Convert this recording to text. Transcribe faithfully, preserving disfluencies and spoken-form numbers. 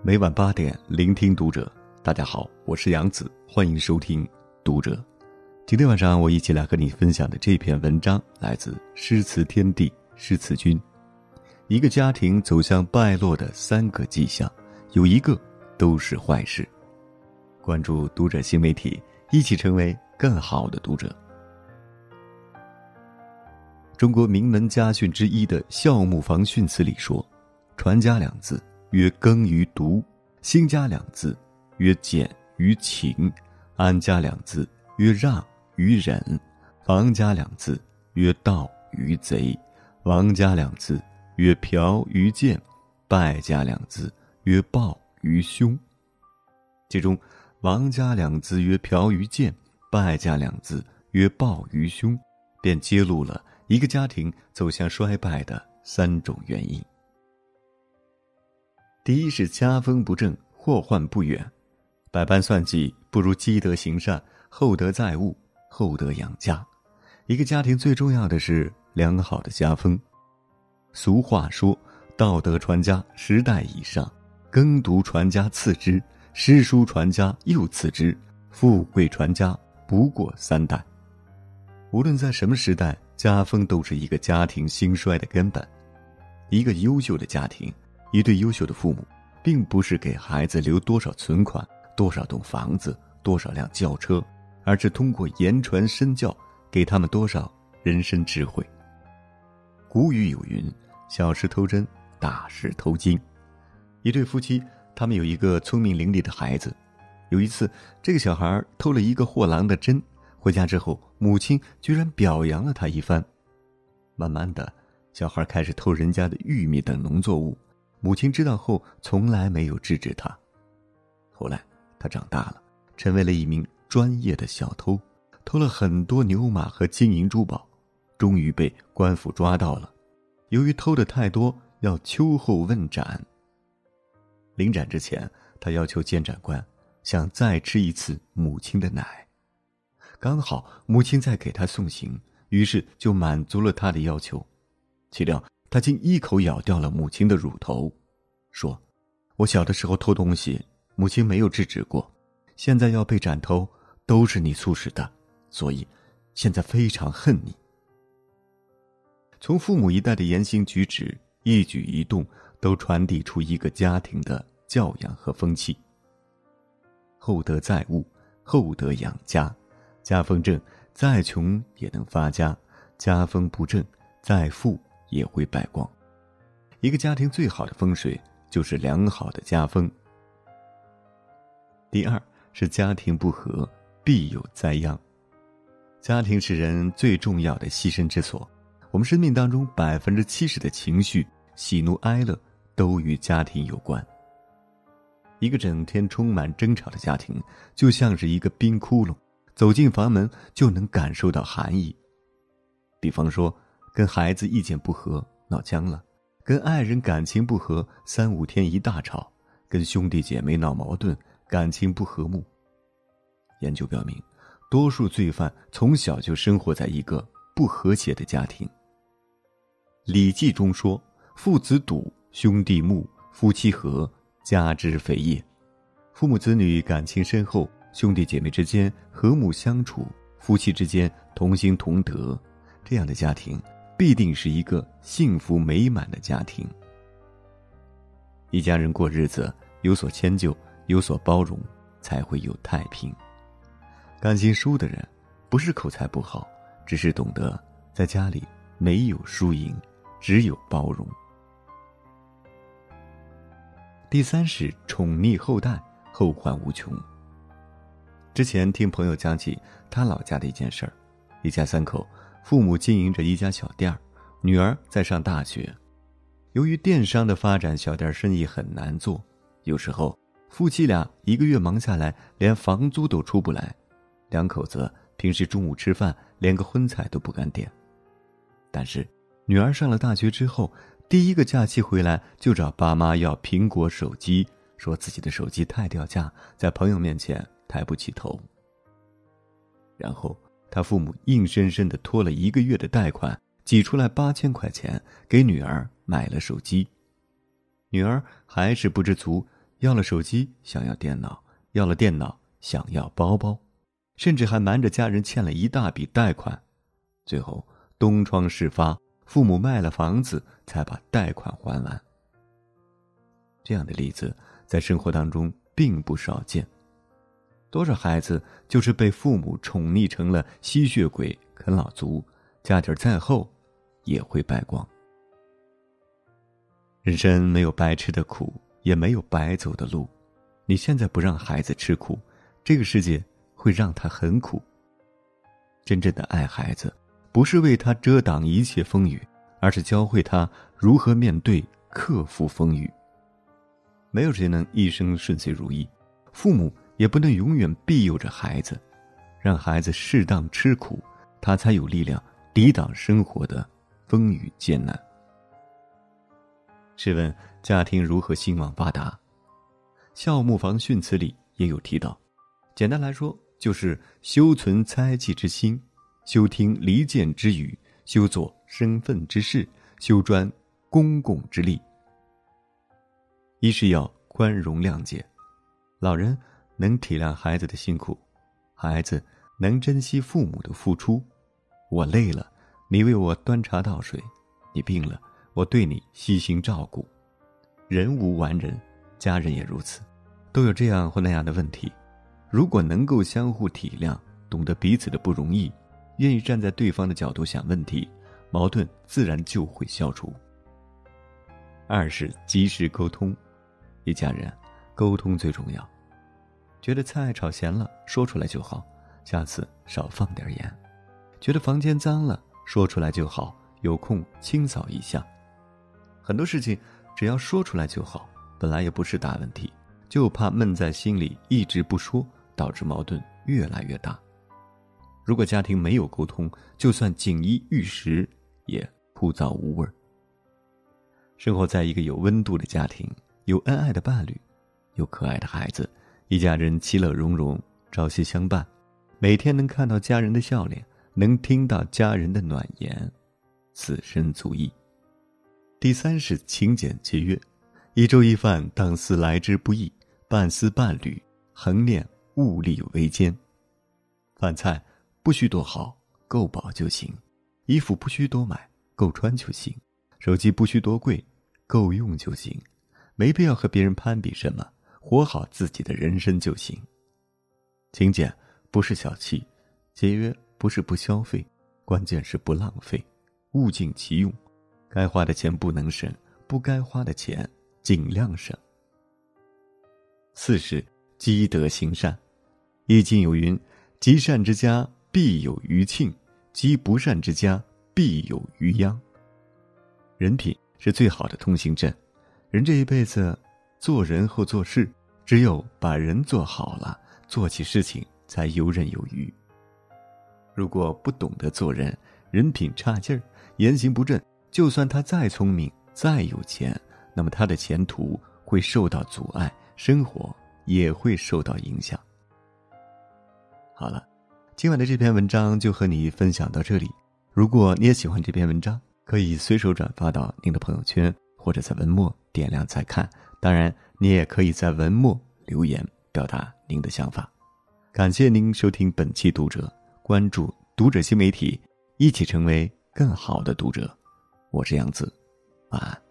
每晚八点，聆听读者。大家好，我是杨子，欢迎收听读者。今天晚上我一起来和你分享的这篇文章来自诗词天地诗词君。一个家庭走向败落的三个迹象，有一个都是坏事。关注读者新媒体，一起成为更好的读者。中国名门家训之一的《孝穆房训词》里说，传家两字曰耕于独，兴家两字曰俭于勤，安家两字曰让于忍，防家两字曰盗于贼，亡家两字曰嫖于贱，败家两字曰暴于凶。其中亡家两字曰嫖于贱，败家两字曰暴于凶，便揭露了一个家庭走向衰败的三种原因。第一是家风不正，祸患不远。百般算计，不如积德行善，厚德载物，厚德养家。一个家庭最重要的是良好的家风。俗话说，道德传家十代以上，耕读传家次之，诗书传家又次之，富贵传家不过三代。无论在什么时代，家风都是一个家庭兴衰的根本。一个优秀的家庭，一对优秀的父母，并不是给孩子留多少存款，多少栋房子，多少辆轿车，而是通过言传身教，给他们多少人生智慧。古语有云，小事偷针，大事偷金。一对夫妻，他们有一个聪明伶俐的孩子。有一次，这个小孩偷了一个货郎的针，回家之后，母亲居然表扬了他一番。慢慢的，小孩开始偷人家的玉米等农作物，母亲知道后从来没有制止他。后来他长大了，成为了一名专业的小偷，偷了很多牛马和金银珠宝，终于被官府抓到了。由于偷的太多，要秋后问斩。临斩之前，他要求监斩官想再吃一次母亲的奶。刚好母亲在给他送行，于是就满足了他的要求。岂料他竟一口咬掉了母亲的乳头，说，我小的时候偷东西，母亲没有制止过，现在要被斩头，都是你促使的，所以现在非常恨你。从父母一代的言行举止，一举一动，都传递出一个家庭的教养和风气。厚德载物，厚德养家。家风正，再穷也能发家；家风不正，再富也会败光。一个家庭最好的风水，就是良好的家风。第二是家庭不和，必有灾殃。家庭是人最重要的栖身之所。我们生命当中百分之七十的情绪，喜怒哀乐，都与家庭有关。一个整天充满争吵的家庭，就像是一个冰窟窿，走进房门就能感受到寒意。比方说，跟孩子意见不合，闹僵了；跟爱人感情不和，三五天一大吵；跟兄弟姐妹闹矛盾，感情不和睦。研究表明，多数罪犯从小就生活在一个不和谐的家庭。《礼记》中说，父子笃，兄弟睦，夫妻和，家之肥也。父母子女感情深厚，兄弟姐妹之间和睦相处，夫妻之间同心同德，这样的家庭必定是一个幸福美满的家庭。一家人过日子，有所迁就，有所包容，才会有太平。感情疏的人，不是口才不好，只是懂得在家里没有输赢，只有包容。第三是宠溺后代，后患无穷。之前听朋友讲起他老家的一件事儿，一家三口，父母经营着一家小店儿，女儿在上大学。由于电商的发展，小店生意很难做，有时候夫妻俩一个月忙下来，连房租都出不来。两口子平时中午吃饭，连个荤菜都不敢点。但是女儿上了大学之后，第一个假期回来就找爸妈要苹果手机，说自己的手机太掉价，在朋友面前抬不起头。然后他父母硬生生地拖了一个月的贷款，挤出来八千块钱给女儿买了手机。女儿还是不知足， 要了手机想要电脑，要了电脑想要包包，甚至还瞒着家人欠了一大笔贷款，最后东窗事发，父母卖了房子才把贷款还完。这样的例子在生活当中并不少见。多少孩子就是被父母宠溺成了吸血鬼啃老族，家底儿再厚也会败光。人生没有白吃的苦，也没有白走的路。你现在不让孩子吃苦，这个世界会让他很苦。真正的爱孩子，不是为他遮挡一切风雨，而是教会他如何面对、克服风雨。没有谁能一生顺遂如意，父母也不能永远庇佑着孩子，让孩子适当吃苦，他才有力量抵挡生活的风雨艰难。试问家庭如何兴旺发达？孝牧房训词里也有提到，简单来说就是修存猜忌之心，修听离间之语，修做生分之事，修专公共之力。一是要宽容谅解，老人能体谅孩子的辛苦，孩子能珍惜父母的付出。我累了，你为我端茶倒水；你病了，我对你悉心照顾。人无完人，家人也如此，都有这样或那样的问题。如果能够相互体谅，懂得彼此的不容易，愿意站在对方的角度想问题，矛盾自然就会消除。二是及时沟通，一家人沟通最重要。觉得菜炒咸了，说出来就好，下次少放点盐。觉得房间脏了，说出来就好，有空清扫一下。很多事情只要说出来就好，本来也不是大问题，就怕闷在心里一直不说，导致矛盾越来越大。如果家庭没有沟通，就算锦衣玉食也枯燥无味。生活在一个有温度的家庭，有恩爱的伴侣，有可爱的孩子，一家人其乐融融，朝夕相伴，每天能看到家人的笑脸，能听到家人的暖言，此身足矣。第三是勤俭节约，一粥一饭当思来之不易，半丝半缕恒念物力维艰。饭菜不需多好，够饱就行；衣服不需多买，够穿就行；手机不需多贵，够用就行。没必要和别人攀比什么，活好自己的人生就行。勤俭不是小气，节约不是不消费，关键是不浪费，物尽其用。该花的钱不能省，不该花的钱尽量省。四是积德行善，易经有云：积善之家必有余庆，积不善之家必有余殃。人品是最好的通行证，人这一辈子做人后做事，只有把人做好了，做起事情才游刃有余。如果不懂得做人，人品差劲儿，言行不正，就算他再聪明再有钱，那么他的前途会受到阻碍，生活也会受到影响。好了，今晚的这篇文章就和你分享到这里。如果你也喜欢这篇文章，可以随手转发到您的朋友圈，或者在文末点亮再看。当然你也可以在文末留言表达您的想法。感谢您收听本期读者，关注读者新媒体，一起成为更好的读者。我是杨子，晚安。